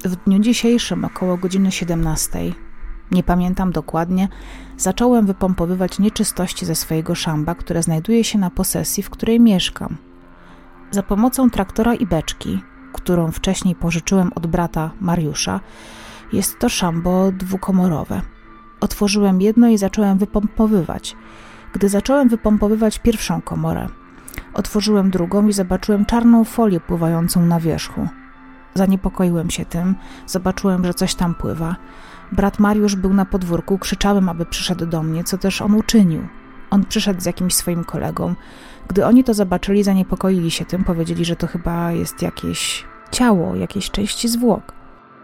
W dniu dzisiejszym około godziny 17, nie pamiętam dokładnie, zacząłem wypompowywać nieczystości ze swojego szamba, które znajduje się na posesji, w której mieszkam. Za pomocą traktora i beczki, którą wcześniej pożyczyłem od brata Mariusza, jest to szambo dwukomorowe. Otworzyłem jedno i zacząłem wypompowywać. Gdy zacząłem wypompowywać pierwszą komorę, otworzyłem drugą i zobaczyłem czarną folię pływającą na wierzchu. Zaniepokoiłem się tym, zobaczyłem, że coś tam pływa. Brat Mariusz był na podwórku, krzyczałem, aby przyszedł do mnie, co też on uczynił. On przyszedł z jakimś swoim kolegą. Gdy oni to zobaczyli, zaniepokoili się tym, powiedzieli, że to chyba jest jakieś ciało, jakieś części zwłok.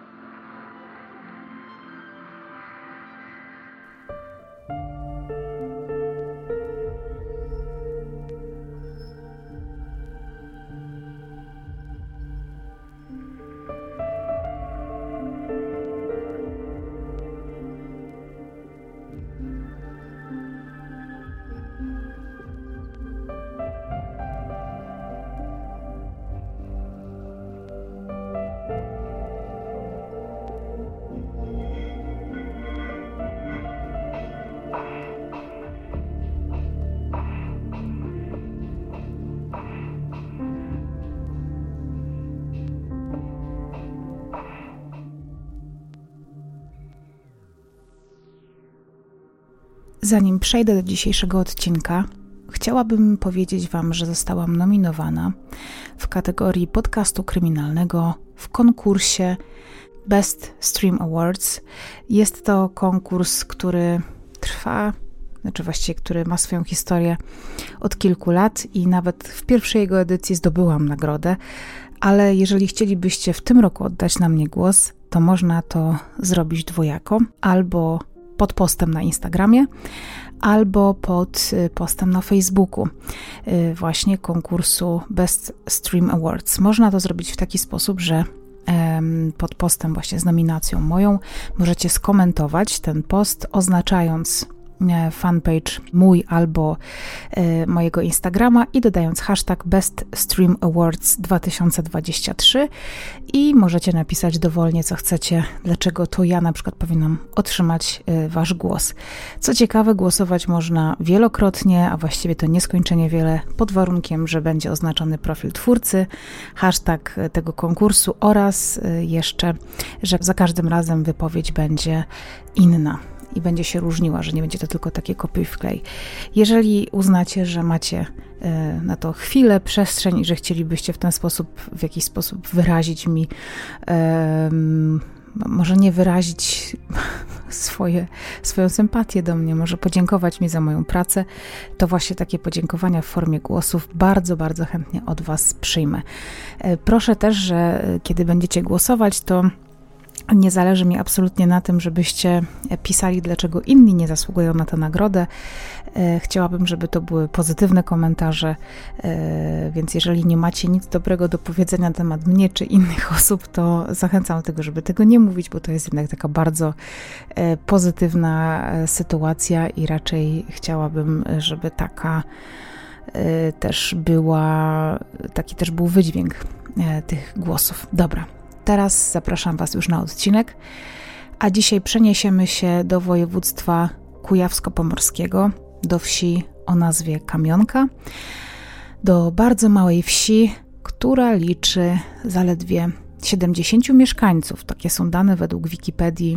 Zanim przejdę do dzisiejszego odcinka, chciałabym powiedzieć Wam, że zostałam nominowana w kategorii podcastu kryminalnego w konkursie Best Stream Awards. Jest to konkurs, który trwa, który ma swoją historię od kilku lat i nawet w pierwszej jego edycji zdobyłam nagrodę, ale jeżeli chcielibyście w tym roku oddać na mnie głos, to można to zrobić dwojako, albo pod postem na Instagramie, albo pod postem na Facebooku właśnie konkursu Best Stream Awards. Można to zrobić w taki sposób, że pod postem właśnie z nominacją moją możecie skomentować ten post, oznaczając fanpage mój albo mojego Instagrama i dodając hashtag Best Stream Awards 2023 i możecie napisać dowolnie, co chcecie, dlaczego to ja na przykład powinnam otrzymać Wasz głos. Co ciekawe, głosować można wielokrotnie, a właściwie to nieskończenie wiele, pod warunkiem, że będzie oznaczony profil twórcy, hashtag tego konkursu oraz jeszcze, że za każdym razem wypowiedź będzie inna i będzie się różniła, że nie będzie to tylko takie kopiuj wklej. Jeżeli uznacie, że macie na to chwilę, przestrzeń i że chcielibyście w jakiś sposób wyrazić mi, może nie wyrazić swoją sympatię do mnie, może podziękować mi za moją pracę, to właśnie takie podziękowania w formie głosów bardzo, bardzo chętnie od Was przyjmę. Proszę też, że kiedy będziecie głosować, to nie zależy mi absolutnie na tym, żebyście pisali, dlaczego inni nie zasługują na tę nagrodę. Chciałabym, żeby to były pozytywne komentarze, więc jeżeli nie macie nic dobrego do powiedzenia na temat mnie czy innych osób, to zachęcam do tego, żeby tego nie mówić, bo to jest jednak taka bardzo pozytywna sytuacja i raczej chciałabym, żeby taki też był wydźwięk tych głosów. Dobra. Teraz zapraszam Was już na odcinek, a dzisiaj przeniesiemy się do województwa kujawsko-pomorskiego, do wsi o nazwie Kamionka, do bardzo małej wsi, która liczy zaledwie 70 mieszkańców. Takie są dane według Wikipedii,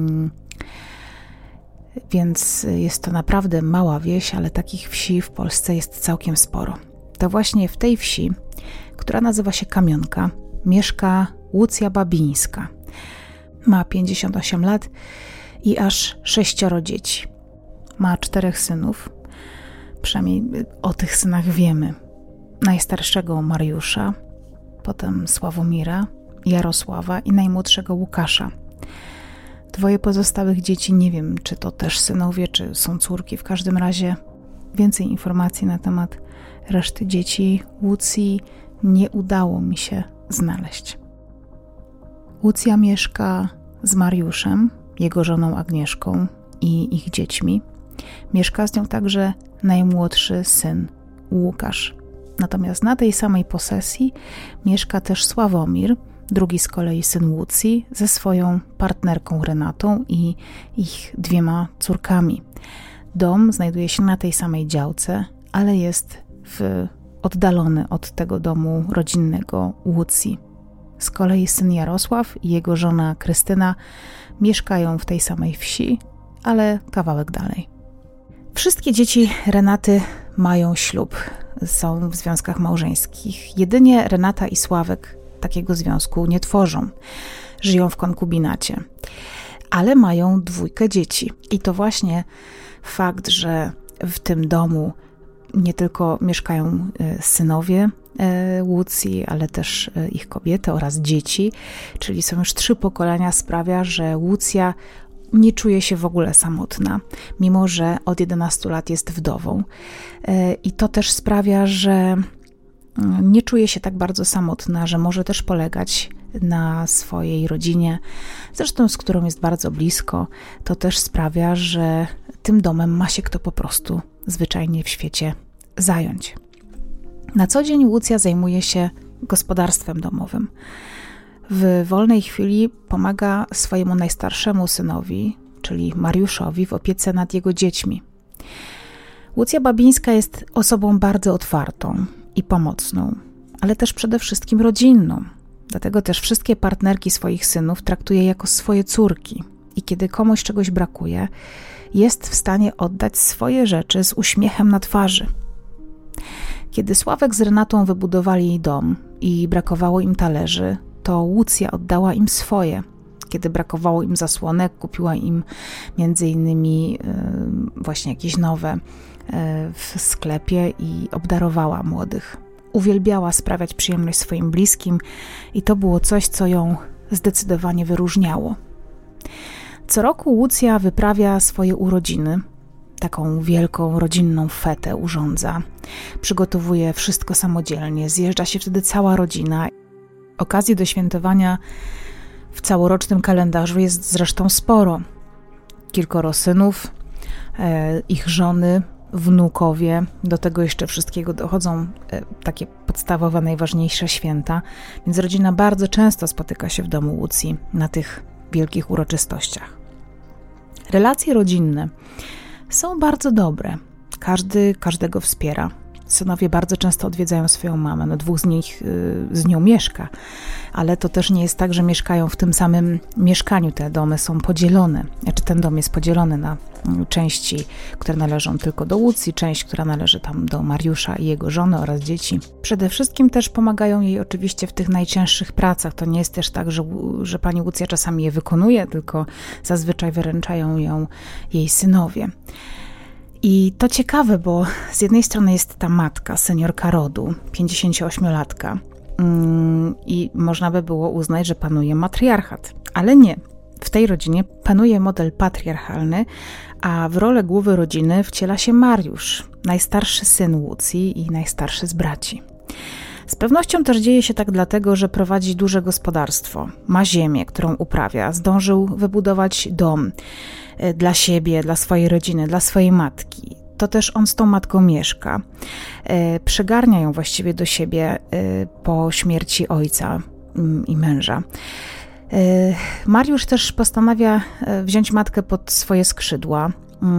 więc jest to naprawdę mała wieś, ale takich wsi w Polsce jest całkiem sporo. To właśnie w tej wsi, która nazywa się Kamionka, mieszka Łucja Babińska. Ma 58 lat i aż 6 dzieci. Ma 4 synów, przynajmniej o tych synach wiemy. Najstarszego Mariusza, potem Sławomira, Jarosława i najmłodszego Łukasza. 2 pozostałych dzieci, nie wiem, czy to też synowie, czy są córki. W każdym razie więcej informacji na temat reszty dzieci Łucji nie udało mi się znaleźć. Łucja mieszka z Mariuszem, jego żoną Agnieszką i ich dziećmi. Mieszka z nią także najmłodszy syn Łukasz. Natomiast na tej samej posesji mieszka też Sławomir, drugi z kolei syn Łucji ze swoją partnerką Renatą i ich 2 córkami. Dom znajduje się na tej samej działce, ale jest oddalony od tego domu rodzinnego Łucji. Z kolei syn Jarosław i jego żona Krystyna mieszkają w tej samej wsi, ale kawałek dalej. Wszystkie dzieci Renaty mają ślub, są w związkach małżeńskich. Jedynie Renata i Sławek takiego związku nie tworzą. Żyją w konkubinacie, ale mają 2 dzieci. I to właśnie fakt, że w tym domu nie tylko mieszkają synowie Łucji, ale też ich kobiety oraz dzieci, czyli są już 3 pokolenia, sprawia, że Łucja nie czuje się w ogóle samotna, mimo że od 11 lat jest wdową. I to też sprawia, że nie czuje się tak bardzo samotna, że może też polegać na swojej rodzinie, zresztą z którą jest bardzo blisko. To też sprawia, że tym domem ma się kto po prostu zwyczajnie w świecie zająć. Na co dzień Łucja zajmuje się gospodarstwem domowym. W wolnej chwili pomaga swojemu najstarszemu synowi, czyli Mariuszowi, w opiece nad jego dziećmi. Łucja Babińska jest osobą bardzo otwartą i pomocną, ale też przede wszystkim rodzinną. Dlatego też wszystkie partnerki swoich synów traktuje jako swoje córki i kiedy komuś czegoś brakuje, jest w stanie oddać swoje rzeczy z uśmiechem na twarzy. Kiedy Sławek z Renatą wybudowali dom i brakowało im talerzy, to Łucja oddała im swoje. Kiedy brakowało im zasłonek, kupiła im między innymi właśnie jakieś nowe w sklepie i obdarowała młodych. Uwielbiała sprawiać przyjemność swoim bliskim i to było coś, co ją zdecydowanie wyróżniało. Co roku Łucja wyprawia swoje urodziny. Taką wielką rodzinną fetę urządza. Przygotowuje wszystko samodzielnie. Zjeżdża się wtedy cała rodzina. Okazji do świętowania w całorocznym kalendarzu jest zresztą sporo. Kilkoro synów, ich żony, wnukowie. Do tego jeszcze wszystkiego dochodzą takie podstawowe, najważniejsze święta. Więc rodzina bardzo często spotyka się w domu Łucji na tych wielkich uroczystościach. Relacje rodzinne są bardzo dobre. Każdy każdego wspiera. Synowie bardzo często odwiedzają swoją mamę. 2 z nich z nią mieszka, ale to też nie jest tak, że mieszkają w tym samym mieszkaniu. Te domy są podzielone. Znaczy ten dom jest podzielony na części, które należą tylko do Łucji, część, która należy tam do Mariusza i jego żony oraz dzieci. Przede wszystkim też pomagają jej oczywiście w tych najcięższych pracach. To nie jest też tak, że pani Łucja czasami je wykonuje, tylko zazwyczaj wyręczają ją jej synowie. I to ciekawe, bo z jednej strony jest ta matka, seniorka rodu, 58-latka i można by było uznać, że panuje matriarchat, ale nie. W tej rodzinie panuje model patriarchalny, a w rolę głowy rodziny wciela się Mariusz, najstarszy syn Łucji i najstarszy z braci. Z pewnością też dzieje się tak dlatego, że prowadzi duże gospodarstwo, ma ziemię, którą uprawia, zdążył wybudować dom dla siebie, dla swojej rodziny, dla swojej matki. To też on z tą matką mieszka. Przygarnia ją właściwie do siebie po śmierci ojca i męża. Mariusz też postanawia wziąć matkę pod swoje skrzydła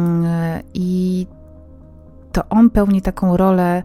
i to on pełni taką rolę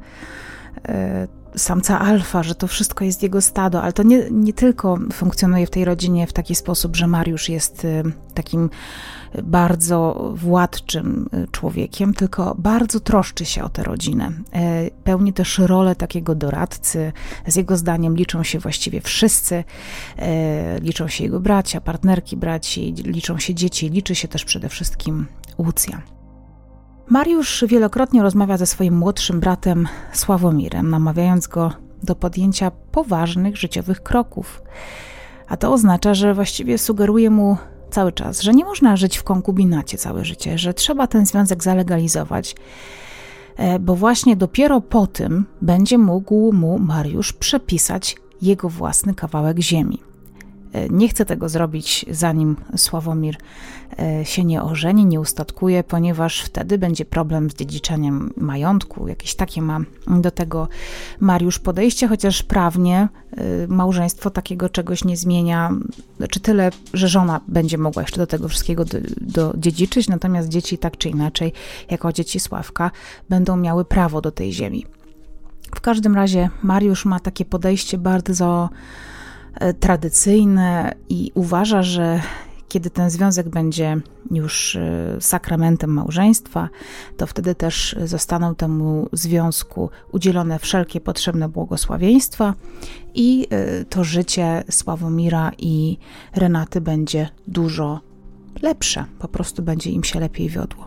samca alfa, że to wszystko jest jego stado, ale to nie tylko funkcjonuje w tej rodzinie w taki sposób, że Mariusz jest takim bardzo władczym człowiekiem, tylko bardzo troszczy się o tę rodzinę. Pełni też rolę takiego doradcy. Z jego zdaniem liczą się właściwie wszyscy. Liczą się jego bracia, partnerki braci, liczą się dzieci, liczy się też przede wszystkim Łucja. Mariusz wielokrotnie rozmawia ze swoim młodszym bratem Sławomirem, namawiając go do podjęcia poważnych życiowych kroków. A to oznacza, że właściwie sugeruje mu cały czas, że nie można żyć w konkubinacie całe życie, że trzeba ten związek zalegalizować, bo właśnie dopiero po tym będzie mógł mu Mariusz przepisać jego własny kawałek ziemi. nie chce tego zrobić, zanim Sławomir się nie ożeni, nie ustatkuje, ponieważ wtedy będzie problem z dziedziczaniem majątku. Jakieś takie ma do tego Mariusz podejście, chociaż prawnie małżeństwo takiego czegoś nie zmienia. Znaczy tyle, że żona będzie mogła jeszcze do tego wszystkiego dziedziczyć, natomiast dzieci tak czy inaczej, jako dzieci Sławka, będą miały prawo do tej ziemi. W każdym razie Mariusz ma takie podejście bardzo tradycyjne i uważa, że kiedy ten związek będzie już sakramentem małżeństwa, to wtedy też zostaną temu związku udzielone wszelkie potrzebne błogosławieństwa i to życie Sławomira i Renaty będzie dużo lepsze, po prostu będzie im się lepiej wiodło.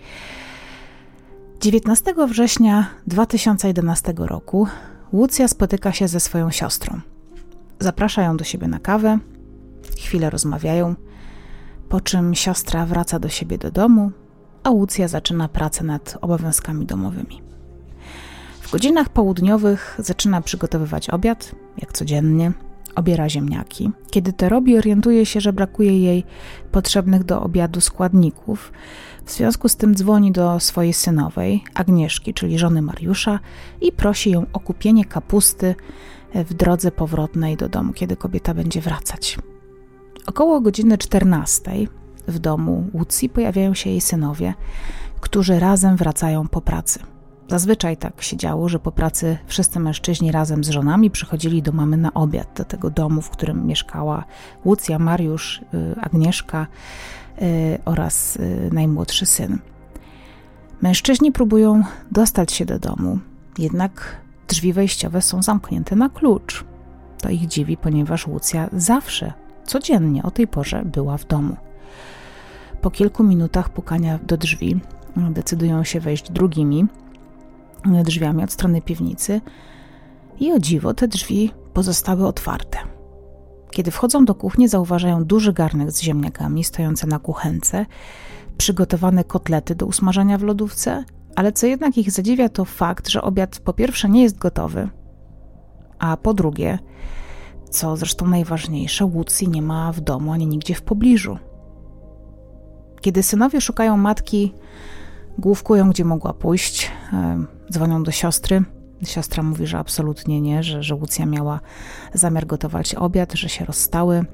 19 września 2011 roku Łucja spotyka się ze swoją siostrą. Zaprasza ją do siebie na kawę, chwilę rozmawiają, po czym siostra wraca do siebie do domu, a Łucja zaczyna pracę nad obowiązkami domowymi. W godzinach południowych zaczyna przygotowywać obiad, jak codziennie, obiera ziemniaki. Kiedy to robi, orientuje się, że brakuje jej potrzebnych do obiadu składników. W związku z tym dzwoni do swojej synowej, Agnieszki, czyli żony Mariusza, i prosi ją o kupienie kapusty w drodze powrotnej do domu, kiedy kobieta będzie wracać. Około godziny 14 w domu Łucji pojawiają się jej synowie, którzy razem wracają po pracy. Zazwyczaj tak się działo, że po pracy wszyscy mężczyźni razem z żonami przychodzili do mamy na obiad, do tego domu, w którym mieszkała Łucja, Mariusz, Agnieszka oraz najmłodszy syn. Mężczyźni próbują dostać się do domu, jednak drzwi wejściowe są zamknięte na klucz. To ich dziwi, ponieważ Łucja zawsze, codziennie o tej porze była w domu. Po kilku minutach pukania do drzwi decydują się wejść drugimi drzwiami od strony piwnicy i o dziwo te drzwi pozostały otwarte. Kiedy wchodzą do kuchni, zauważają duży garnek z ziemniakami stojący na kuchence, przygotowane kotlety do usmażania w lodówce, ale co jednak ich zadziwia, to fakt, że obiad po pierwsze nie jest gotowy, a po drugie, co zresztą najważniejsze, Łucji nie ma w domu ani nigdzie w pobliżu. Kiedy synowie szukają matki, główkują, gdzie mogła pójść, dzwonią do siostry. Siostra mówi, że absolutnie nie, że Łucja miała zamiar gotować obiad, że się rozstały.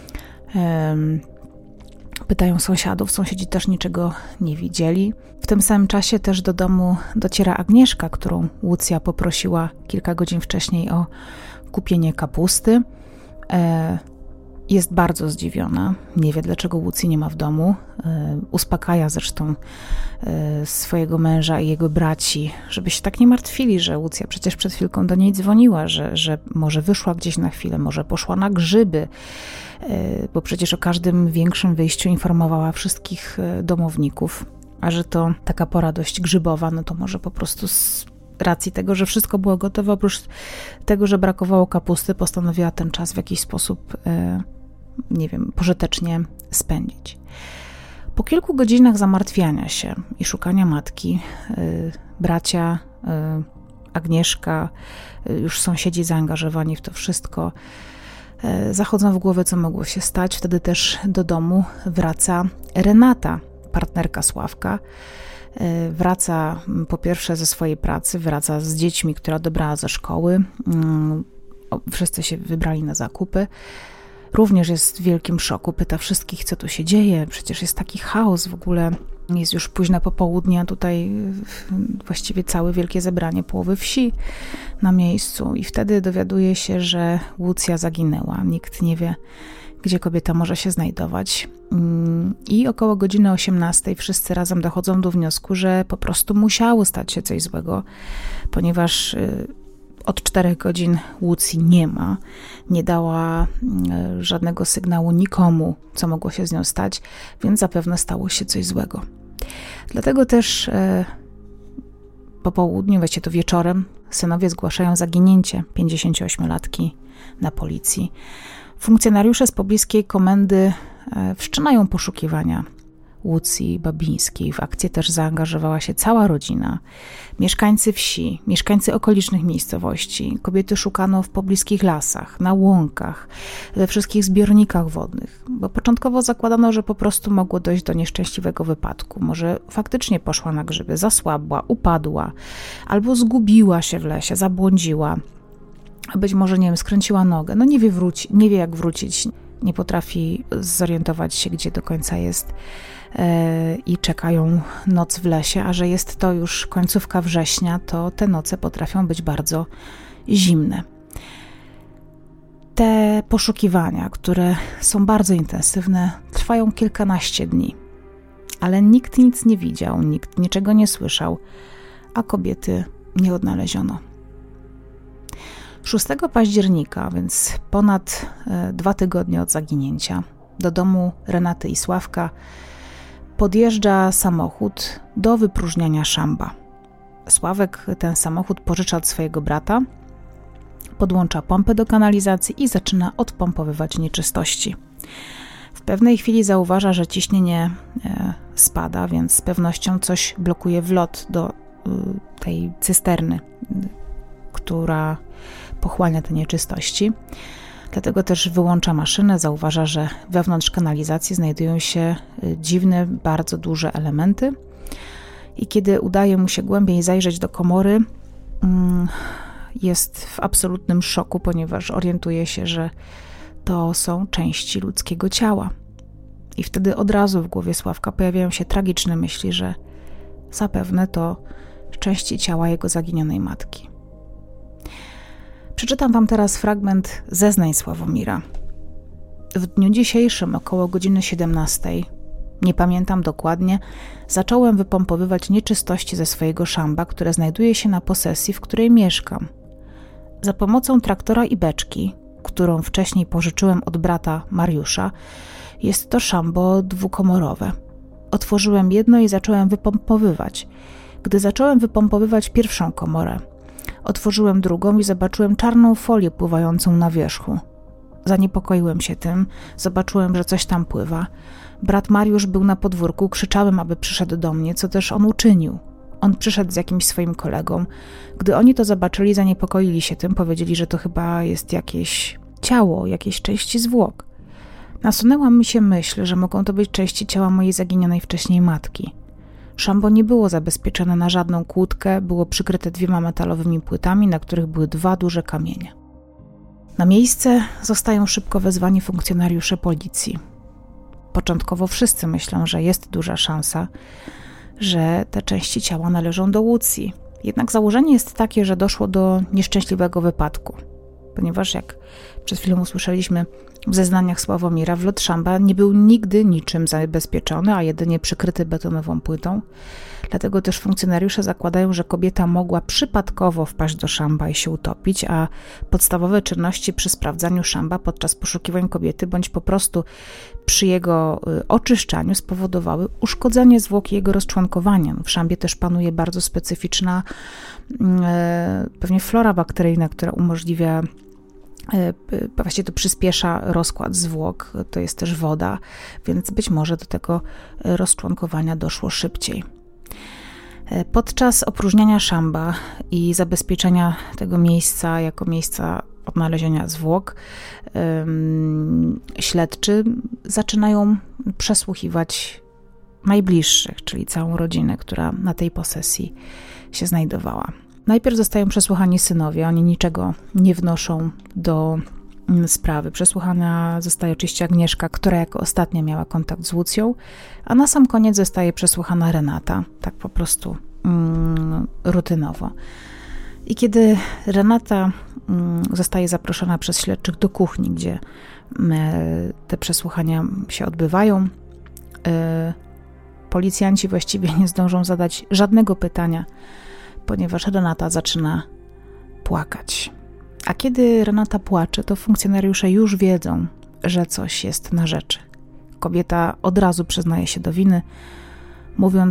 Pytają sąsiadów, sąsiedzi też niczego nie widzieli. W tym samym czasie też do domu dociera Agnieszka, którą Łucja poprosiła kilka godzin wcześniej o kupienie kapusty. Jest bardzo zdziwiona, nie wie dlaczego Łucji nie ma w domu. Uspokaja zresztą swojego męża i jego braci, żeby się tak nie martwili, że Łucja przecież przed chwilką do niej dzwoniła, że może wyszła gdzieś na chwilę, może poszła na grzyby, bo przecież o każdym większym wyjściu informowała wszystkich domowników, a że to taka pora dość grzybowa, no to może po prostu z racji tego, że wszystko było gotowe, oprócz tego, że brakowało kapusty, postanowiła ten czas w jakiś sposób, pożytecznie spędzić. Po kilku godzinach zamartwiania się i szukania matki, bracia, Agnieszka, już sąsiedzi zaangażowani w to wszystko, zachodzą w głowę, co mogło się stać. Wtedy też do domu wraca Renata, partnerka Sławka. Wraca po pierwsze ze swojej pracy, wraca z dziećmi, które odebrała ze szkoły. Wszyscy się wybrali na zakupy. Również jest w wielkim szoku, pyta wszystkich, co tu się dzieje. Przecież jest taki chaos w ogóle. Jest już późne popołudnie, a tutaj właściwie całe wielkie zebranie połowy wsi na miejscu. I wtedy dowiaduje się, że Łucja zaginęła. Nikt nie wie, gdzie kobieta może się znajdować. I około godziny 18 wszyscy razem dochodzą do wniosku, że po prostu musiało stać się coś złego, ponieważ od 4 godzin Łucji nie ma. Nie dała żadnego sygnału nikomu, co mogło się z nią stać, więc zapewne stało się coś złego. Dlatego też po południu, właściwie to wieczorem, synowie zgłaszają zaginięcie 58-latki na policji. Funkcjonariusze z pobliskiej komendy wszczynają poszukiwania Łucji Babińskiej. W akcję też zaangażowała się cała rodzina. Mieszkańcy wsi, mieszkańcy okolicznych miejscowości. Kobiety szukano w pobliskich lasach, na łąkach, we wszystkich zbiornikach wodnych, bo początkowo zakładano, że po prostu mogło dojść do nieszczęśliwego wypadku. Może faktycznie poszła na grzyby, zasłabła, upadła, albo zgubiła się w lesie, zabłądziła. Być może, nie wiem, skręciła nogę, nie wie jak wrócić, nie potrafi zorientować się, gdzie do końca jest i czekają noc w lesie, a że jest to już końcówka września, to te noce potrafią być bardzo zimne. Te poszukiwania, które są bardzo intensywne, trwają kilkanaście dni, ale nikt nic nie widział, nikt niczego nie słyszał, a kobiety nie odnaleziono. 6 października, więc ponad 2 tygodnie od zaginięcia, do domu Renaty i Sławka podjeżdża samochód do wypróżniania szamba. Sławek ten samochód pożycza od swojego brata, podłącza pompę do kanalizacji i zaczyna odpompowywać nieczystości. W pewnej chwili zauważa, że ciśnienie spada, więc z pewnością coś blokuje wlot do tej cysterny, która pochłania te nieczystości. Dlatego też wyłącza maszynę, zauważa, że wewnątrz kanalizacji znajdują się dziwne, bardzo duże elementy i kiedy udaje mu się głębiej zajrzeć do komory, jest w absolutnym szoku, ponieważ orientuje się, że to są części ludzkiego ciała. I wtedy od razu w głowie Sławka pojawiają się tragiczne myśli, że zapewne to części ciała jego zaginionej matki. Przeczytam wam teraz fragment zeznań Sławomira. W dniu dzisiejszym około godziny 17, nie pamiętam dokładnie, zacząłem wypompowywać nieczystości ze swojego szamba, które znajduje się na posesji, w której mieszkam. Za pomocą traktora i beczki, którą wcześniej pożyczyłem od brata Mariusza, jest to szambo dwukomorowe. Otworzyłem jedno i zacząłem wypompowywać. Gdy zacząłem wypompowywać pierwszą komorę, otworzyłem drugą i zobaczyłem czarną folię pływającą na wierzchu. Zaniepokoiłem się tym, zobaczyłem, że coś tam pływa. Brat Mariusz był na podwórku, krzyczałem, aby przyszedł do mnie, co też on uczynił. On przyszedł z jakimś swoim kolegą. Gdy oni to zobaczyli, zaniepokoili się tym, powiedzieli, że to chyba jest jakieś ciało, jakieś części zwłok. Nasunęła mi się myśl, że mogą to być części ciała mojej zaginionej wcześniej matki. Szambo nie było zabezpieczone na żadną kłódkę, było przykryte 2 metalowymi płytami, na których były 2 duże kamienie. Na miejsce zostają szybko wezwani funkcjonariusze policji. Początkowo wszyscy myślą, że jest duża szansa, że te części ciała należą do Łucji. Jednak założenie jest takie, że doszło do nieszczęśliwego wypadku, ponieważ jak przed chwilą usłyszeliśmy w zeznaniach Sławomira, wlot szamba nie był nigdy niczym zabezpieczony, a jedynie przykryty betonową płytą. Dlatego też funkcjonariusze zakładają, że kobieta mogła przypadkowo wpaść do szamba i się utopić, a podstawowe czynności przy sprawdzaniu szamba podczas poszukiwań kobiety bądź po prostu przy jego oczyszczaniu spowodowały uszkodzenie zwłok i jego rozczłonkowania. W szambie też panuje bardzo specyficzna pewnie flora bakteryjna, która umożliwia, właściwie to przyspiesza rozkład zwłok, to jest też woda, więc być może do tego rozczłonkowania doszło szybciej. Podczas opróżniania szamba i zabezpieczenia tego miejsca jako miejsca odnalezienia zwłok, śledczy zaczynają przesłuchiwać najbliższych, czyli całą rodzinę, która na tej posesji się znajdowała. Najpierw zostają przesłuchani synowie, oni niczego nie wnoszą do sprawy. Przesłuchana zostaje oczywiście Agnieszka, która jako ostatnia miała kontakt z Łucją, a na sam koniec zostaje przesłuchana Renata, tak po prostu rutynowo. I kiedy Renata zostaje zaproszona przez śledczych do kuchni, gdzie te przesłuchania się odbywają, policjanci właściwie nie zdążą zadać żadnego pytania, ponieważ Renata zaczyna płakać. A kiedy Renata płacze, to funkcjonariusze już wiedzą, że coś jest na rzeczy. Kobieta od razu przyznaje się do winy, mówiąc,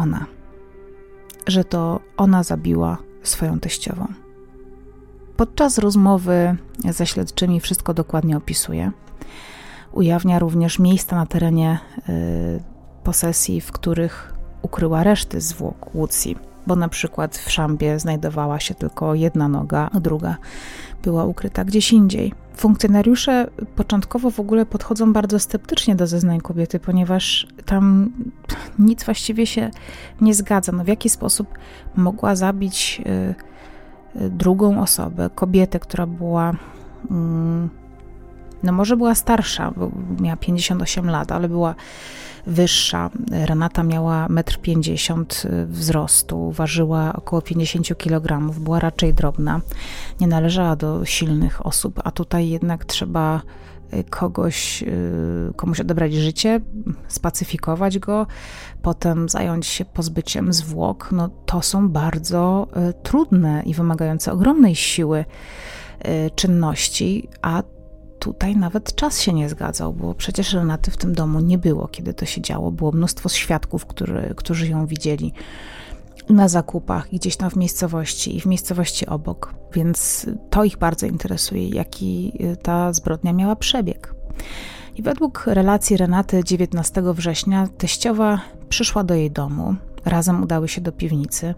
że to ona zabiła swoją teściową. Podczas rozmowy ze śledczymi wszystko dokładnie opisuje. Ujawnia również miejsca na terenie posesji, w których ukryła reszty zwłok Łucji, bo na przykład w szambie znajdowała się tylko jedna noga, a druga była ukryta gdzieś indziej. Funkcjonariusze początkowo w ogóle podchodzą bardzo sceptycznie do zeznań kobiety, ponieważ tam nic właściwie się nie zgadza. W jaki sposób mogła zabić drugą osobę, kobietę, która była, może była starsza, bo miała 58 lat, ale była wyższa. Renata miała 1,50 m wzrostu, ważyła około 50 kg, była raczej drobna, nie należała do silnych osób, a tutaj jednak trzeba komuś odebrać życie, spacyfikować go, potem zająć się pozbyciem zwłok. To są bardzo trudne i wymagające ogromnej siły czynności, a tutaj nawet czas się nie zgadzał, bo przecież Renaty w tym domu nie było, kiedy to się działo. Było mnóstwo świadków, którzy ją widzieli na zakupach, gdzieś tam w miejscowości i w miejscowości obok. Więc to ich bardzo interesuje, jaki ta zbrodnia miała przebieg. I według relacji Renaty 19 września teściowa przyszła do jej domu. Razem udały się do piwnicy,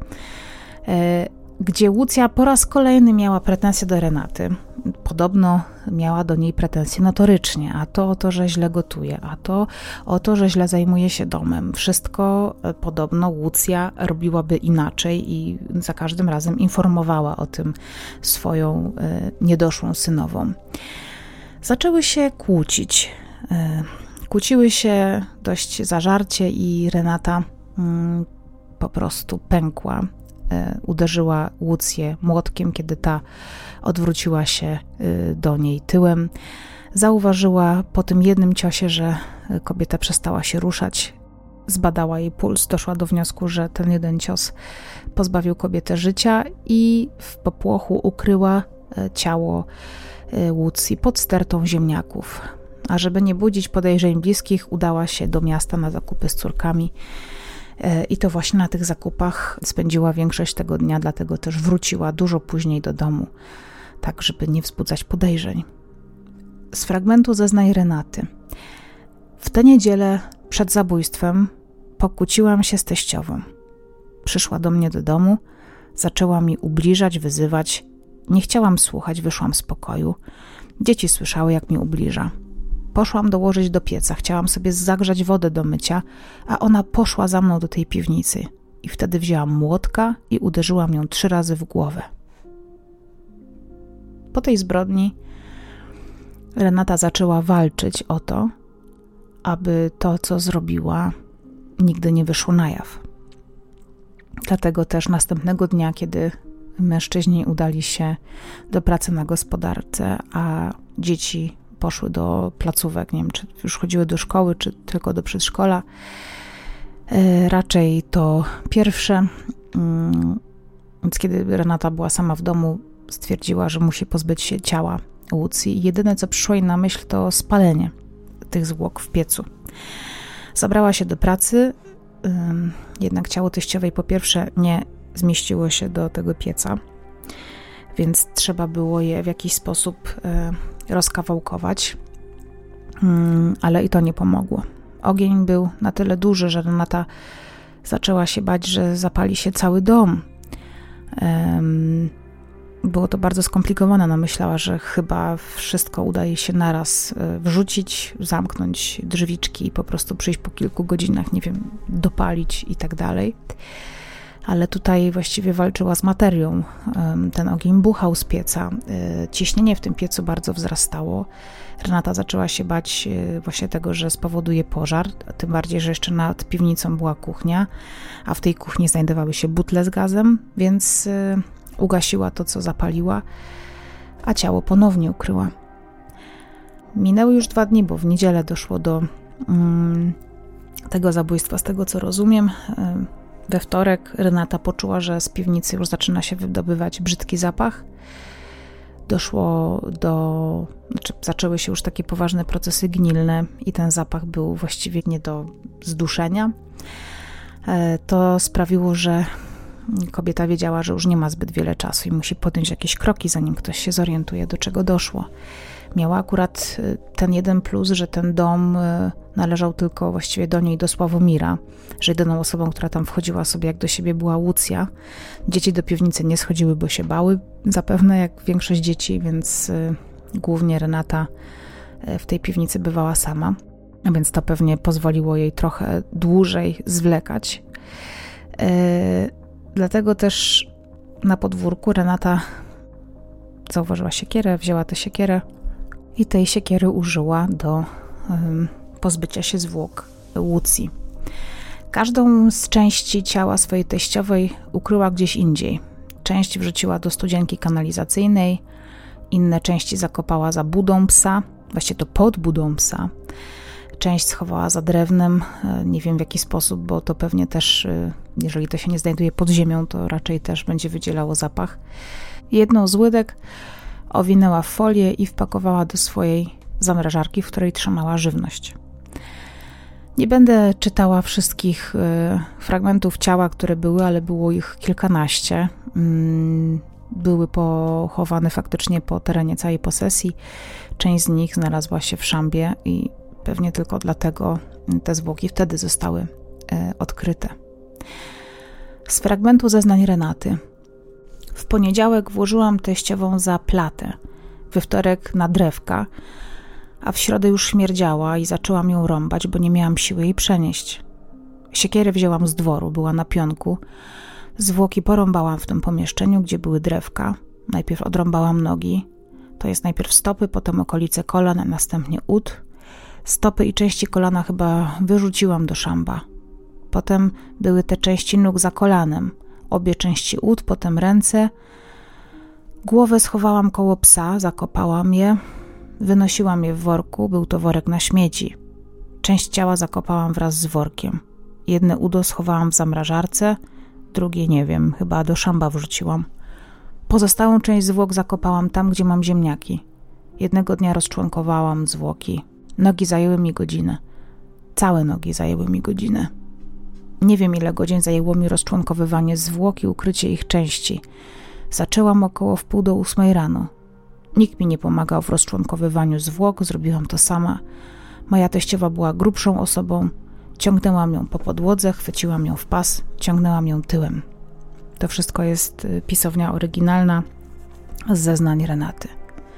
gdzie Łucja po raz kolejny miała pretensje do Renaty. Podobno miała do niej pretensje notorycznie, a to o to, że źle gotuje, a to o to, że źle zajmuje się domem. Wszystko podobno Łucja robiłaby inaczej i za każdym razem informowała o tym swoją niedoszłą synową. Zaczęły się kłócić. Kłóciły się dość zażarcie i Renata po prostu pękła. Uderzyła Łucję młotkiem, kiedy ta odwróciła się do niej tyłem. Zauważyła po tym jednym ciosie, że kobieta przestała się ruszać. Zbadała jej puls, doszła do wniosku, że ten jeden cios pozbawił kobietę życia i w popłochu ukryła ciało Łucji pod stertą ziemniaków. A żeby nie budzić podejrzeń bliskich, udała się do miasta na zakupy z córkami. I to właśnie na tych zakupach spędziła większość tego dnia, dlatego też wróciła dużo później do domu, tak żeby nie wzbudzać podejrzeń. Z fragmentu zeznań Renaty. W tę niedzielę przed zabójstwem pokłóciłam się z teściową. Przyszła do mnie do domu, zaczęła mi ubliżać, wyzywać. Nie chciałam słuchać, wyszłam z pokoju. Dzieci słyszały, jak mi ubliża. Poszłam dołożyć do pieca, chciałam sobie zagrzać wodę do mycia, a ona poszła za mną do tej piwnicy. I wtedy wzięłam młotka i uderzyłam ją 3 razy w głowę. Po tej zbrodni Renata zaczęła walczyć o to, aby to, co zrobiła, nigdy nie wyszło na jaw. Dlatego też następnego dnia, kiedy mężczyźni udali się do pracy na gospodarce, a dzieci poszły do placówek, nie wiem, czy już chodziły do szkoły, czy tylko do przedszkola. Raczej to pierwsze. Więc kiedy Renata była sama w domu, stwierdziła, że musi pozbyć się ciała Łucji. Jedyne, co przyszło jej na myśl, to spalenie tych zwłok w piecu. Zabrała się do pracy, jednak ciało teściowej po pierwsze nie zmieściło się do tego pieca, więc trzeba było je w jakiś sposób rozkawałkować, ale i to nie pomogło. Ogień był na tyle duży, że Renata zaczęła się bać, że zapali się cały dom. Było to bardzo skomplikowane. Myślała, że chyba wszystko uda jej się naraz wrzucić, zamknąć drzwiczki i po prostu przyjść po kilku godzinach, nie wiem, dopalić i tak dalej. Ale tutaj właściwie walczyła z materią. Ten ogień buchał z pieca. Ciśnienie w tym piecu bardzo wzrastało. Renata zaczęła się bać właśnie tego, że spowoduje pożar, tym bardziej, że jeszcze nad piwnicą była kuchnia, a w tej kuchni znajdowały się butle z gazem, więc ugasiła to, co zapaliła, a ciało ponownie ukryła. Minęły już 2 dni, bo w niedzielę doszło do tego zabójstwa, z tego co rozumiem. We wtorek Renata poczuła, że z piwnicy już zaczyna się wydobywać brzydki zapach. Zaczęły się już takie poważne procesy gnilne i ten zapach był właściwie nie do zduszenia. To sprawiło, że Kobieta wiedziała, że już nie ma zbyt wiele czasu i musi podjąć jakieś kroki, zanim ktoś się zorientuje, do czego doszło. Miała akurat ten jeden plus, że ten dom należał tylko właściwie do niej, do Sławomira, że jedyną osobą, która tam wchodziła sobie jak do siebie, była Łucja. Dzieci do piwnicy nie schodziły, bo się bały zapewne, jak większość dzieci, więc głównie Renata w tej piwnicy bywała sama, a więc to pewnie pozwoliło jej trochę dłużej zwlekać. Dlatego też na podwórku Renata zauważyła siekierę, wzięła tę siekierę i tej siekiery użyła do pozbycia się zwłok Łucji. Każdą z części ciała swojej teściowej ukryła gdzieś indziej. Część wrzuciła do studzienki kanalizacyjnej, inne części zakopała za budą psa, właściwie to pod budą psa. Część schowała za drewnem, nie wiem w jaki sposób, bo to pewnie też, jeżeli to się nie znajduje pod ziemią, to raczej też będzie wydzielało zapach. Jedną z łydek owinęła w folię i wpakowała do swojej zamrażarki, w której trzymała żywność. Nie będę czytała wszystkich fragmentów ciała, które były, ale było ich kilkanaście. Były pochowane faktycznie po terenie całej posesji. Część z nich znalazła się w szambie i pewnie tylko dlatego te zwłoki wtedy zostały odkryte. Z fragmentu zeznań Renaty. W poniedziałek włożyłam teściową za platę, we wtorek na drewka, a w środę już śmierdziała i zaczęłam ją rąbać, bo nie miałam siły jej przenieść. Siekierę wzięłam z dworu, była na pionku. Zwłoki porąbałam w tym pomieszczeniu, gdzie były drewka. Najpierw odrąbałam nogi, to jest najpierw stopy, potem okolice kolan, a następnie ud. Stopy i części kolana chyba wyrzuciłam do szamba. Potem były te części nóg za kolanem, obie części ud, potem ręce. Głowę schowałam koło psa, zakopałam je, wynosiłam je w worku, był to worek na śmieci. Część ciała zakopałam wraz z workiem. Jedne udo schowałam w zamrażarce, drugie nie wiem, chyba do szamba wrzuciłam. Pozostałą część zwłok zakopałam tam, gdzie mam ziemniaki. Jednego dnia rozczłonkowałam zwłoki. Nogi zajęły mi godzinę. Całe nogi zajęły mi godzinę. Nie wiem, ile godzin zajęło mi rozczłonkowywanie zwłok i ukrycie ich części. Zaczęłam około 7:30 rano. Nikt mi nie pomagał w rozczłonkowywaniu zwłok, zrobiłam to sama. Moja teściowa była grubszą osobą. Ciągnęłam ją po podłodze, chwyciłam ją w pas, ciągnęłam ją tyłem. To wszystko jest pisownia oryginalna z zeznań Renaty.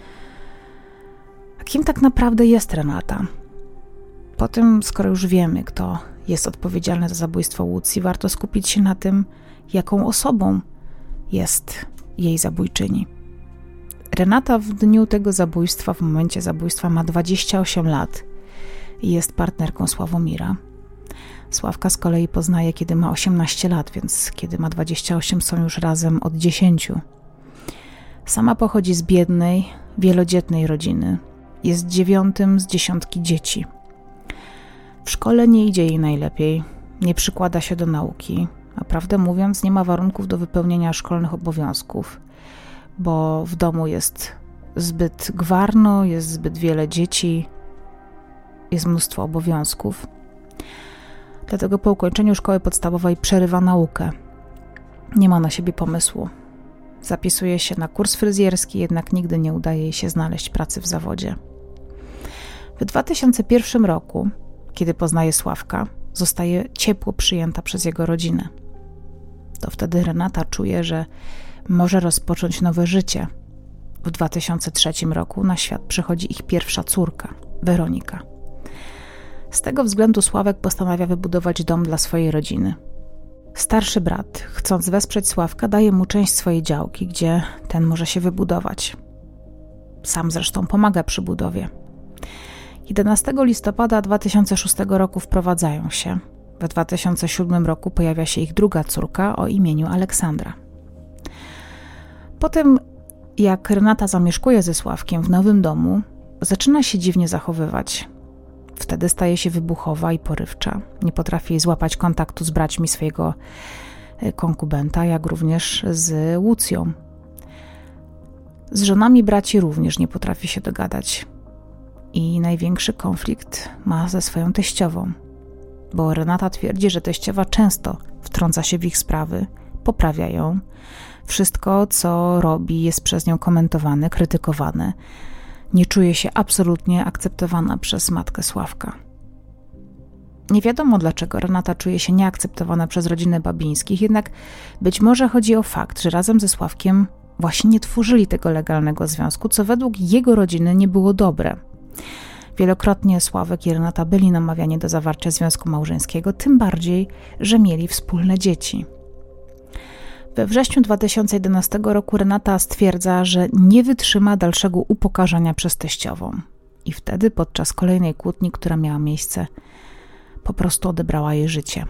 A kim tak naprawdę jest Renata? Po tym, skoro już wiemy, kto jest odpowiedzialny za zabójstwo Łucji, warto skupić się na tym, jaką osobą jest jej zabójczyni. Renata w dniu tego zabójstwa, w momencie zabójstwa, ma 28 lat i jest partnerką Sławomira. Sławka z kolei poznaje, kiedy ma 18 lat, więc kiedy ma 28, są już razem od 10. Sama pochodzi z biednej, wielodzietnej rodziny. Jest 9 z 10 dzieci. W szkole nie idzie jej najlepiej, nie przykłada się do nauki, a prawdę mówiąc nie ma warunków do wypełnienia szkolnych obowiązków, bo w domu jest zbyt gwarno, jest zbyt wiele dzieci, jest mnóstwo obowiązków. Dlatego po ukończeniu szkoły podstawowej przerywa naukę. Nie ma na siebie pomysłu. Zapisuje się na kurs fryzjerski, jednak nigdy nie udaje jej się znaleźć pracy w zawodzie. W 2001 roku, kiedy poznaje Sławka, zostaje ciepło przyjęta przez jego rodzinę. To wtedy Renata czuje, że może rozpocząć nowe życie. W 2003 roku na świat przychodzi ich pierwsza córka, Weronika. Z tego względu Sławek postanawia wybudować dom dla swojej rodziny. Starszy brat, chcąc wesprzeć Sławka, daje mu część swojej działki, gdzie ten może się wybudować. Sam zresztą pomaga przy budowie. 11 listopada 2006 roku wprowadzają się. W 2007 roku pojawia się ich druga córka o imieniu Aleksandra. Potem, jak Renata zamieszkuje ze Sławkiem w nowym domu, zaczyna się dziwnie zachowywać. Wtedy staje się wybuchowa i porywcza. Nie potrafi złapać kontaktu z braćmi swojego konkubenta, jak również z Łucją. Z żonami braci również nie potrafi się dogadać. I największy konflikt ma ze swoją teściową, bo Renata twierdzi, że teściowa często wtrąca się w ich sprawy, poprawia ją. Wszystko, co robi, jest przez nią komentowane, krytykowane. Nie czuje się absolutnie akceptowana przez matkę Sławka. Nie wiadomo, dlaczego Renata czuje się nieakceptowana przez rodzinę Babińskich, jednak być może chodzi o fakt, że razem ze Sławkiem właśnie nie tworzyli tego legalnego związku, co według jego rodziny nie było dobre. Wielokrotnie Sławek i Renata byli namawiani do zawarcia związku małżeńskiego, tym bardziej, że mieli wspólne dzieci. We wrześniu 2011 roku Renata stwierdza, że nie wytrzyma dalszego upokarzania przez teściową. I wtedy, podczas kolejnej kłótni, która miała miejsce, po prostu odebrała jej życie.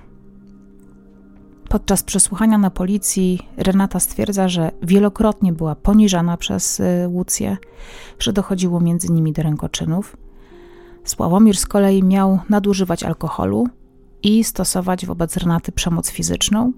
Podczas przesłuchania na policji Renata stwierdza, że wielokrotnie była poniżana przez Łucję, że dochodziło między nimi do rękoczynów. Sławomir z kolei miał nadużywać alkoholu i stosować wobec Renaty przemoc fizyczną.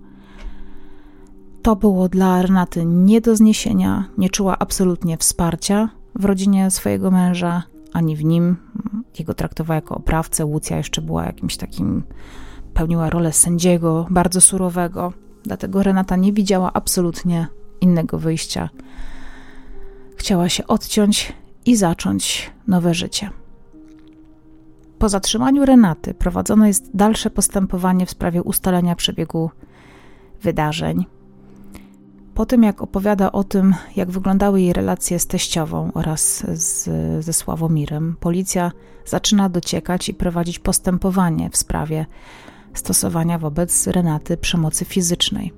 To było dla Renaty nie do zniesienia, nie czuła absolutnie wsparcia w rodzinie swojego męża, ani w nim. Jego traktowała jako oprawcę. Łucja jeszcze była jakimś takim, pełniła rolę sędziego, bardzo surowego. Dlatego Renata nie widziała absolutnie innego wyjścia. Chciała się odciąć i zacząć nowe życie. Po zatrzymaniu Renaty prowadzone jest dalsze postępowanie w sprawie ustalenia przebiegu wydarzeń. Po tym, jak opowiada o tym, jak wyglądały jej relacje z teściową oraz ze Sławomirem, policja zaczyna dociekać i prowadzić postępowanie w sprawie stosowania wobec Renaty przemocy fizycznej.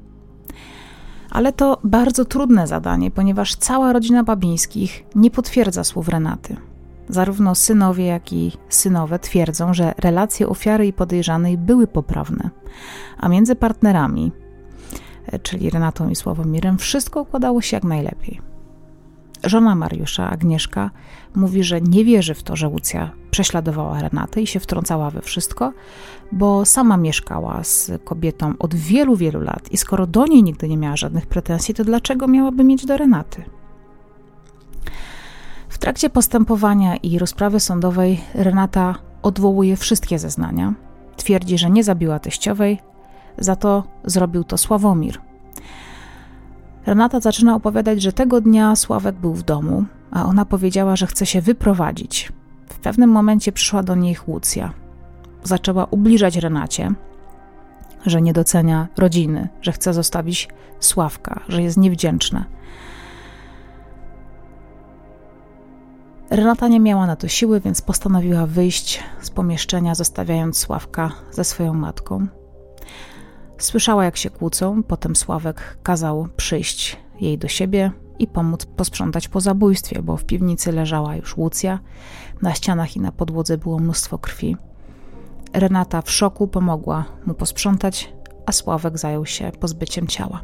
Ale to bardzo trudne zadanie, ponieważ cała rodzina Babińskich nie potwierdza słów Renaty. Zarówno synowie, jak i synowe twierdzą, że relacje ofiary i podejrzanej były poprawne, a między partnerami, czyli Renatą i Sławomirem, wszystko układało się jak najlepiej. Żona Mariusza, Agnieszka, mówi, że nie wierzy w to, że Łucja prześladowała Renatę i się wtrącała we wszystko, bo sama mieszkała z kobietą od wielu, wielu lat i skoro do niej nigdy nie miała żadnych pretensji, to dlaczego miałaby mieć do Renaty? W trakcie postępowania i rozprawy sądowej Renata odwołuje wszystkie zeznania. Twierdzi, że nie zabiła teściowej, za to zrobił to Sławomir. Renata zaczyna opowiadać, że tego dnia Sławek był w domu, a ona powiedziała, że chce się wyprowadzić. W pewnym momencie przyszła do niej Łucja. Zaczęła ubliżać Renacie, że nie docenia rodziny, że chce zostawić Sławka, że jest niewdzięczna. Renata nie miała na to siły, więc postanowiła wyjść z pomieszczenia, zostawiając Sławka ze swoją matką. Słyszała, jak się kłócą, potem Sławek kazał przyjść jej do siebie i pomóc posprzątać po zabójstwie, bo w piwnicy leżała już Łucja, na ścianach i na podłodze było mnóstwo krwi. Renata w szoku pomogła mu posprzątać, a Sławek zajął się pozbyciem ciała.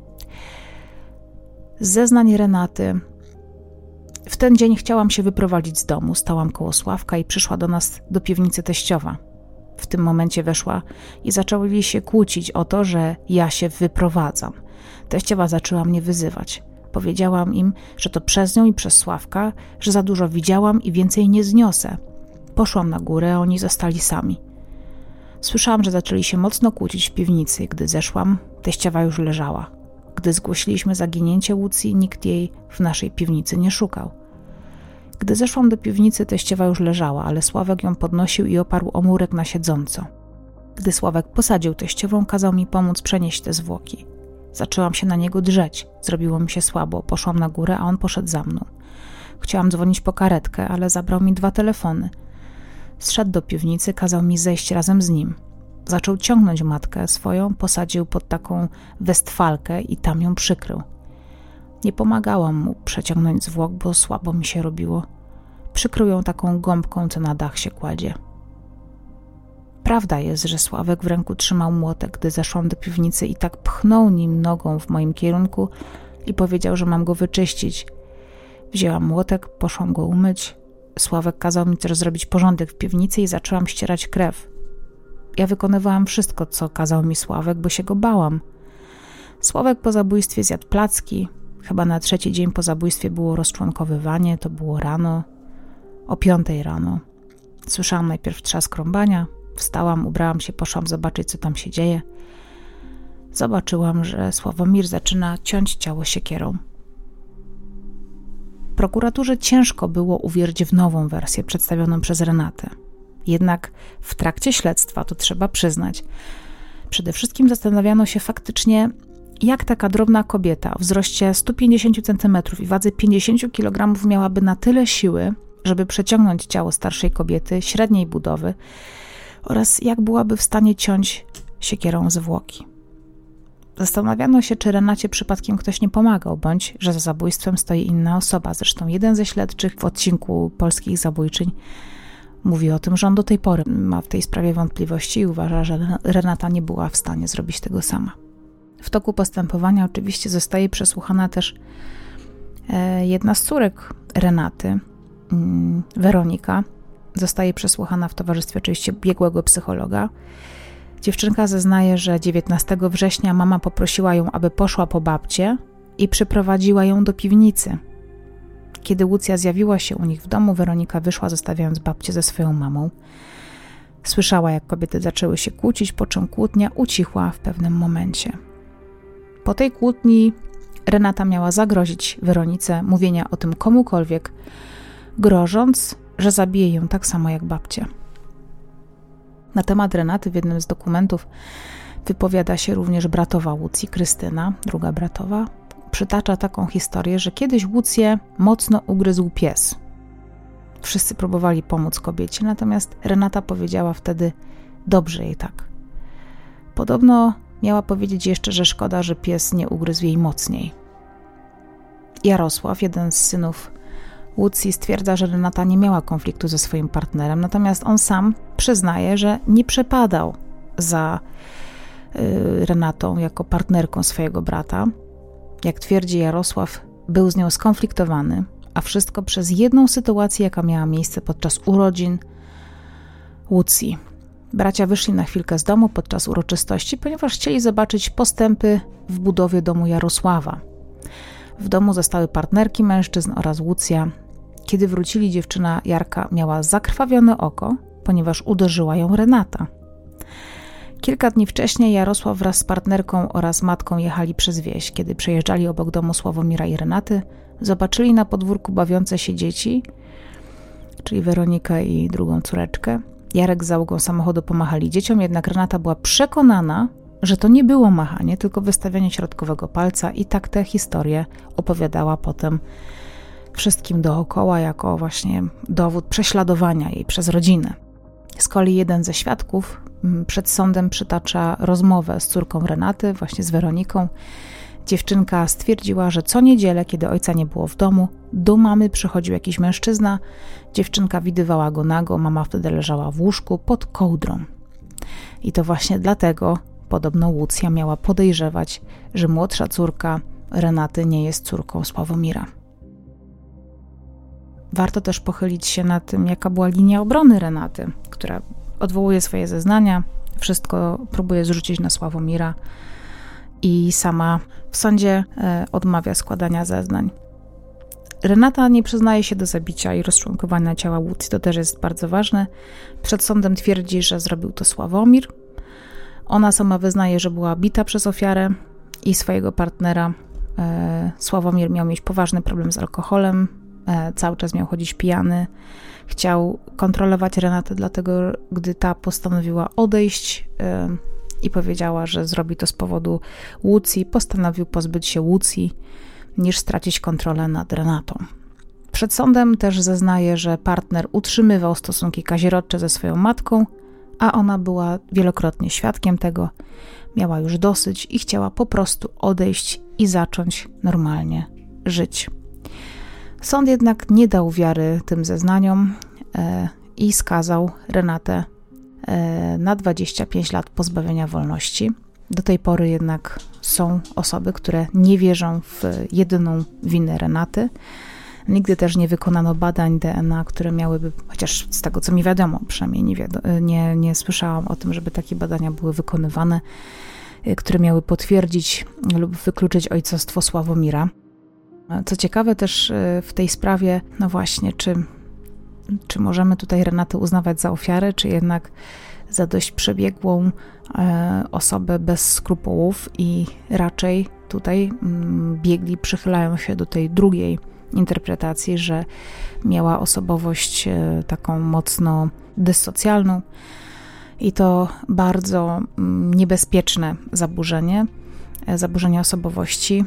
Z zeznań Renaty: w ten dzień chciałam się wyprowadzić z domu, stałam koło Sławka i przyszła do nas do piwnicy teściowa. W tym momencie weszła i zaczęli się kłócić o to, że ja się wyprowadzam. Teściowa zaczęła mnie wyzywać. Powiedziałam im, że to przez nią i przez Sławka, że za dużo widziałam i więcej nie zniosę. Poszłam na górę, a oni zostali sami. Słyszałam, że zaczęli się mocno kłócić w piwnicy. Gdy zeszłam, teściowa już leżała. Gdy zgłosiliśmy zaginięcie Łucji, nikt jej w naszej piwnicy nie szukał. Gdy zeszłam do piwnicy, teściowa już leżała, ale Sławek ją podnosił i oparł o murek na siedząco. Gdy Sławek posadził teściową, kazał mi pomóc przenieść te zwłoki. Zaczęłam się na niego drzeć. Zrobiło mi się słabo. Poszłam na górę, a on poszedł za mną. Chciałam dzwonić po karetkę, ale zabrał mi 2 telefony. Zszedł do piwnicy, kazał mi zejść razem z nim. Zaczął ciągnąć matkę swoją, posadził pod taką westfalkę i tam ją przykrył. Nie pomagałam mu przeciągnąć zwłok, bo słabo mi się robiło. Przykrył ją taką gąbką, co na dach się kładzie. Prawda jest, że Sławek w ręku trzymał młotek, gdy zeszłam do piwnicy i tak pchnął nim nogą w moim kierunku i powiedział, że mam go wyczyścić. Wzięłam młotek, poszłam go umyć. Sławek kazał mi też zrobić porządek w piwnicy i zaczęłam ścierać krew. Ja wykonywałam wszystko, co kazał mi Sławek, bo się go bałam. Sławek po zabójstwie zjadł placki. Chyba na 3. dzień po zabójstwie było rozczłonkowywanie, to było rano, o 5 rano. Słyszałam najpierw trzask rąbania, wstałam, ubrałam się, poszłam zobaczyć, co tam się dzieje. zobaczyłam, że Sławomir zaczyna ciąć ciało siekierą. Prokuraturze ciężko było uwierzyć w nową wersję przedstawioną przez Renatę. Jednak w trakcie śledztwa, to trzeba przyznać, przede wszystkim zastanawiano się faktycznie, jak taka drobna kobieta o wzroście 150 cm i wadze 50 kg miałaby na tyle siły, żeby przeciągnąć ciało starszej kobiety średniej budowy oraz jak byłaby w stanie ciąć siekierą zwłoki. Zastanawiano się, czy Renacie przypadkiem ktoś nie pomagał, bądź że za zabójstwem stoi inna osoba. Zresztą jeden ze śledczych w odcinku Polskich Zabójczyń mówi o tym, że on do tej pory ma w tej sprawie wątpliwości i uważa, że Renata nie była w stanie zrobić tego sama. W toku postępowania oczywiście zostaje przesłuchana też jedna z córek Renaty, Weronika. Zostaje przesłuchana w towarzystwie oczywiście biegłego psychologa. Dziewczynka zeznaje, że 19 września mama poprosiła ją, aby poszła po babcię i przyprowadziła ją do piwnicy. Kiedy Łucja zjawiła się u nich w domu, Weronika wyszła, zostawiając babcię ze swoją mamą. Słyszała, jak kobiety zaczęły się kłócić, po czym kłótnia ucichła w pewnym momencie. Po tej kłótni Renata miała zagrozić Weronice mówienia o tym komukolwiek, grożąc, że zabije ją tak samo jak babcia. Na temat Renaty w jednym z dokumentów wypowiada się również bratowa Łucji, Krystyna, druga bratowa. Przytacza taką historię, że kiedyś Łucję mocno ugryzł pies. Wszyscy próbowali pomóc kobiecie, natomiast Renata powiedziała wtedy, dobrze jej tak. Podobno miała powiedzieć jeszcze, że szkoda, że pies nie ugryzł jej mocniej. Jarosław, jeden z synów Łucji, stwierdza, że Renata nie miała konfliktu ze swoim partnerem, natomiast on sam przyznaje, że nie przepadał za Renatą jako partnerką swojego brata. Jak twierdzi Jarosław, był z nią skonfliktowany, a wszystko przez jedną sytuację, jaka miała miejsce podczas urodzin Łucji. Bracia wyszli na chwilkę z domu podczas uroczystości, ponieważ chcieli zobaczyć postępy w budowie domu Jarosława. W domu zostały partnerki mężczyzn oraz Łucja. Kiedy wrócili, dziewczyna Jarka miała zakrwawione oko, ponieważ uderzyła ją Renata. Kilka dni wcześniej Jarosław wraz z partnerką oraz matką jechali przez wieś. Kiedy przejeżdżali obok domu Sławomira i Renaty, zobaczyli na podwórku bawiące się dzieci, czyli Weronikę i drugą córeczkę. Jarek z załogą samochodu pomachali dzieciom, jednak Renata była przekonana, że to nie było machanie, tylko wystawianie środkowego palca i tak tę historię opowiadała potem wszystkim dookoła jako właśnie dowód prześladowania jej przez rodzinę. Z kolei jeden ze świadków przed sądem przytacza rozmowę z córką Renaty, właśnie z Weroniką. Dziewczynka stwierdziła, że co niedzielę, kiedy ojca nie było w domu, do mamy przychodził jakiś mężczyzna. Dziewczynka widywała go nago, mama wtedy leżała w łóżku pod kołdrą. I to właśnie dlatego podobno Łucja miała podejrzewać, że młodsza córka Renaty nie jest córką Sławomira. Warto też pochylić się nad tym, jaka była linia obrony Renaty, która odwołuje swoje zeznania, wszystko próbuje zrzucić na Sławomira i sama w sądzie odmawia składania zeznań. Renata nie przyznaje się do zabicia i rozczłonkowania ciała Łucji, to też jest bardzo ważne. Przed sądem twierdzi, że zrobił to Sławomir. Ona sama wyznaje, że była bita przez ofiarę i swojego partnera. Sławomir miał mieć poważny problem z alkoholem, cały czas miał chodzić pijany. Chciał kontrolować Renatę, dlatego gdy ta postanowiła odejść i powiedziała, że zrobi to z powodu Łucji, postanowił pozbyć się Łucji, niż stracić kontrolę nad Renatą. Przed sądem też zeznaje, że partner utrzymywał stosunki kazirodcze ze swoją matką, a ona była wielokrotnie świadkiem tego, miała już dosyć i chciała po prostu odejść i zacząć normalnie żyć. Sąd jednak nie dał wiary tym zeznaniom i skazał Renatę na 25 lat pozbawienia wolności. Do tej pory jednak są osoby, które nie wierzą w jedyną winę Renaty. Nigdy też nie wykonano badań DNA, które miałyby, chociaż z tego co mi wiadomo, przynajmniej nie słyszałam o tym, żeby takie badania były wykonywane, które miały potwierdzić lub wykluczyć ojcostwo Sławomira. Co ciekawe też w tej sprawie, no właśnie, czy możemy tutaj Renatę uznawać za ofiarę, czy jednak za dość przebiegłą osobę bez skrupułów i raczej tutaj biegli przychylają się do tej drugiej interpretacji, że miała osobowość taką mocno dyssocjalną i to bardzo niebezpieczne zaburzenie osobowości.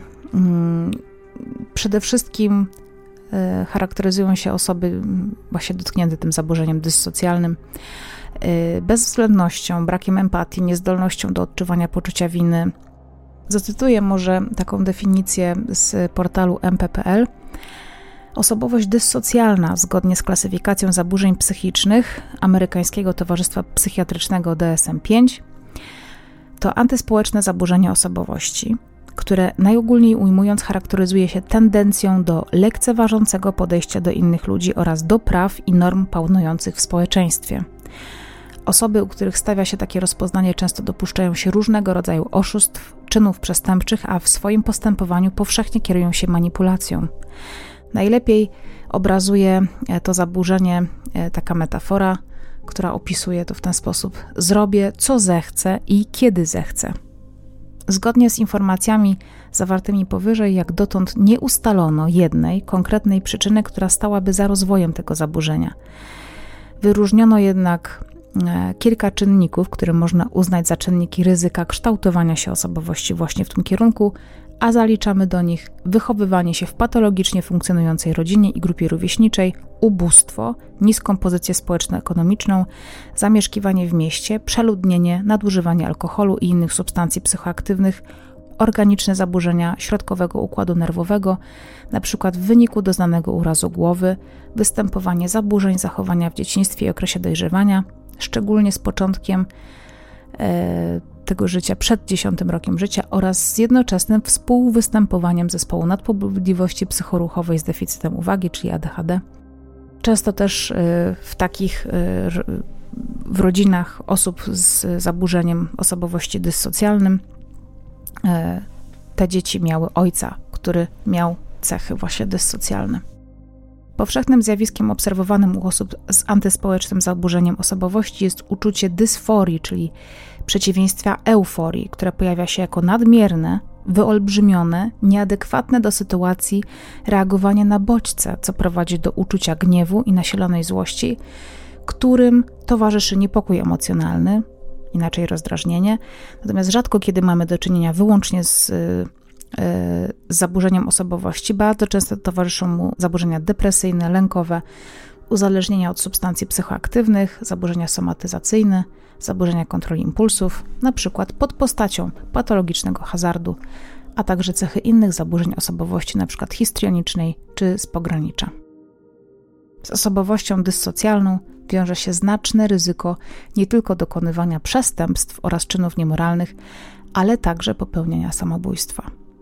Przede wszystkim charakteryzują się osoby właśnie dotknięte tym zaburzeniem dyssocjalnym bezwzględnością, brakiem empatii, niezdolnością do odczuwania poczucia winy. Zacytuję może taką definicję z portalu mp.pl. Osobowość dyssocjalna, zgodnie z klasyfikacją zaburzeń psychicznych Amerykańskiego Towarzystwa Psychiatrycznego DSM-5, to antyspołeczne zaburzenie osobowości, które najogólniej ujmując charakteryzuje się tendencją do lekceważącego podejścia do innych ludzi oraz do praw i norm panujących w społeczeństwie. Osoby, u których stawia się takie rozpoznanie, często dopuszczają się różnego rodzaju oszustw, czynów przestępczych, a w swoim postępowaniu powszechnie kierują się manipulacją. Najlepiej obrazuje to zaburzenie taka metafora, która opisuje to w ten sposób: zrobię, co zechcę i kiedy zechcę. Zgodnie z informacjami zawartymi powyżej, jak dotąd nie ustalono jednej konkretnej przyczyny, która stałaby za rozwojem tego zaburzenia. Wyróżniono jednak kilka czynników, które można uznać za czynniki ryzyka kształtowania się osobowości właśnie w tym kierunku, a zaliczamy do nich wychowywanie się w patologicznie funkcjonującej rodzinie i grupie rówieśniczej, ubóstwo, niską pozycję społeczno-ekonomiczną, zamieszkiwanie w mieście, przeludnienie, nadużywanie alkoholu i innych substancji psychoaktywnych, organiczne zaburzenia środkowego układu nerwowego, np. w wyniku doznanego urazu głowy, występowanie zaburzeń zachowania w dzieciństwie i okresie dojrzewania, szczególnie z początkiem tego życia przed 10 rokiem życia oraz z jednoczesnym współwystępowaniem zespołu nadpobudliwości psychoruchowej z deficytem uwagi, czyli ADHD. Często też w rodzinach osób z zaburzeniem osobowości dyssocjalnym te dzieci miały ojca, który miał cechy właśnie dyssocjalne. Powszechnym zjawiskiem obserwowanym u osób z antyspołecznym zaburzeniem osobowości jest uczucie dysforii, czyli przeciwieństwa euforii, które pojawia się jako nadmierne, wyolbrzymione, nieadekwatne do sytuacji reagowanie na bodźce, co prowadzi do uczucia gniewu i nasilonej złości, którym towarzyszy niepokój emocjonalny, inaczej rozdrażnienie. Natomiast rzadko kiedy mamy do czynienia wyłącznie z zaburzeniem osobowości. Bardzo często towarzyszą mu zaburzenia depresyjne, lękowe, uzależnienia od substancji psychoaktywnych, zaburzenia somatyzacyjne, zaburzenia kontroli impulsów, na przykład pod postacią patologicznego hazardu, a także cechy innych zaburzeń osobowości, na przykład histrionicznej czy z pogranicza. Z osobowością dyssocjalną wiąże się znaczne ryzyko nie tylko dokonywania przestępstw oraz czynów niemoralnych, ale także popełniania samobójstwa.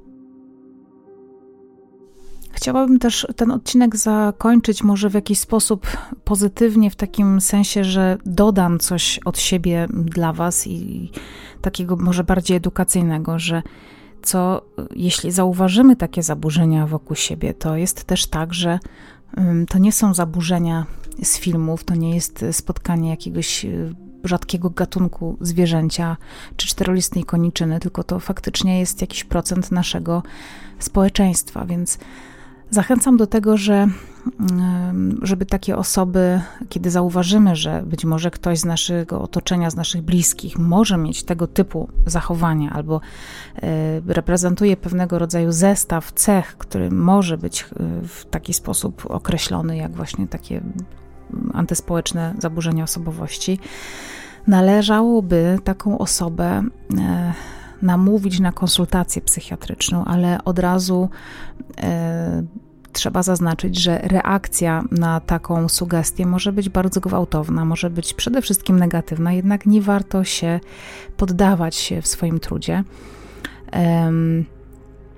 Chciałabym też ten odcinek zakończyć może w jakiś sposób pozytywnie, w takim sensie, że dodam coś od siebie dla Was i takiego może bardziej edukacyjnego, że jeśli zauważymy takie zaburzenia wokół siebie, to jest też tak, że to nie są zaburzenia z filmów, to nie jest spotkanie jakiegoś rzadkiego gatunku zwierzęcia czy czterolistnej koniczyny, tylko to faktycznie jest jakiś procent naszego społeczeństwa, więc zachęcam do tego, żeby takie osoby, kiedy zauważymy, że być może ktoś z naszego otoczenia, z naszych bliskich może mieć tego typu zachowania albo reprezentuje pewnego rodzaju zestaw cech, który może być w taki sposób określony, jak właśnie takie antyspołeczne zaburzenia osobowości, należałoby taką osobę namówić na konsultację psychiatryczną, ale od razu trzeba zaznaczyć, że reakcja na taką sugestię może być bardzo gwałtowna, może być przede wszystkim negatywna, jednak nie warto się poddawać w swoim trudzie.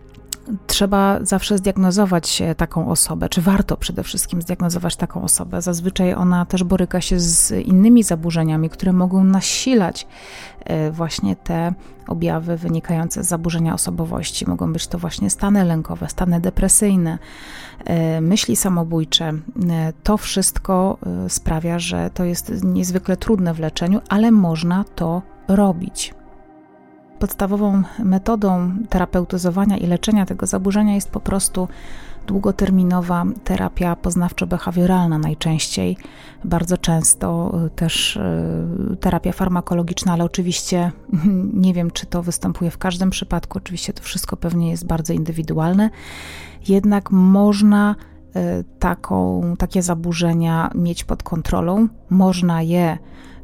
trzeba zawsze zdiagnozować taką osobę, czy warto przede wszystkim zdiagnozować taką osobę. Zazwyczaj ona też boryka się z innymi zaburzeniami, które mogą nasilać właśnie te objawy wynikające z zaburzenia osobowości. Mogą być to właśnie stany lękowe, stany depresyjne, myśli samobójcze. To wszystko sprawia, że to jest niezwykle trudne w leczeniu, ale można to robić. Podstawową metodą terapeutyzowania i leczenia tego zaburzenia jest po prostu długoterminowa terapia poznawczo-behawioralna najczęściej, bardzo często też terapia farmakologiczna, ale oczywiście nie wiem, czy to występuje w każdym przypadku, oczywiście to wszystko pewnie jest bardzo indywidualne, jednak można takie zaburzenia mieć pod kontrolą, można je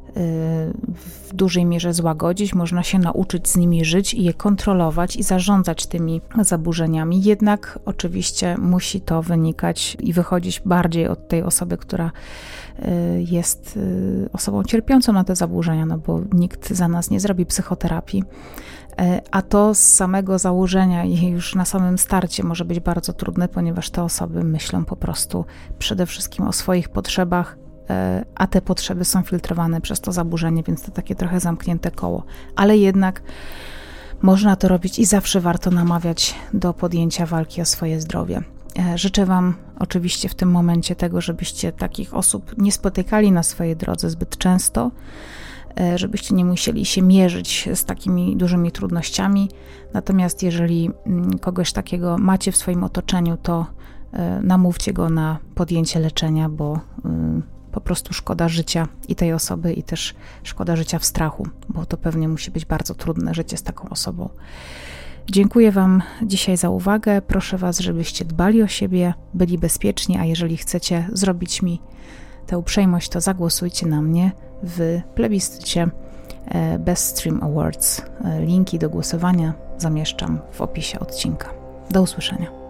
w dużej mierze złagodzić, można się nauczyć z nimi żyć i je kontrolować i zarządzać tymi zaburzeniami, jednak oczywiście musi to wynikać i wychodzić bardziej od tej osoby, która jest osobą cierpiącą na te zaburzenia, no bo nikt za nas nie zrobi psychoterapii, a to z samego założenia i już na samym starcie może być bardzo trudne, ponieważ te osoby myślą po prostu przede wszystkim o swoich potrzebach, a te potrzeby są filtrowane przez to zaburzenie, więc to takie trochę zamknięte koło. Ale jednak można to robić i zawsze warto namawiać do podjęcia walki o swoje zdrowie. Życzę Wam oczywiście w tym momencie tego, żebyście takich osób nie spotykali na swojej drodze zbyt często, żebyście nie musieli się mierzyć z takimi dużymi trudnościami. Natomiast jeżeli kogoś takiego macie w swoim otoczeniu, to namówcie go na podjęcie leczenia, bo po prostu szkoda życia i tej osoby, i też szkoda życia w strachu, bo to pewnie musi być bardzo trudne życie z taką osobą. Dziękuję Wam dzisiaj za uwagę. Proszę Was, żebyście dbali o siebie, byli bezpieczni, a jeżeli chcecie zrobić mi tę uprzejmość, to zagłosujcie na mnie w plebiscycie Best Stream Awards. Linki do głosowania zamieszczam w opisie odcinka. Do usłyszenia.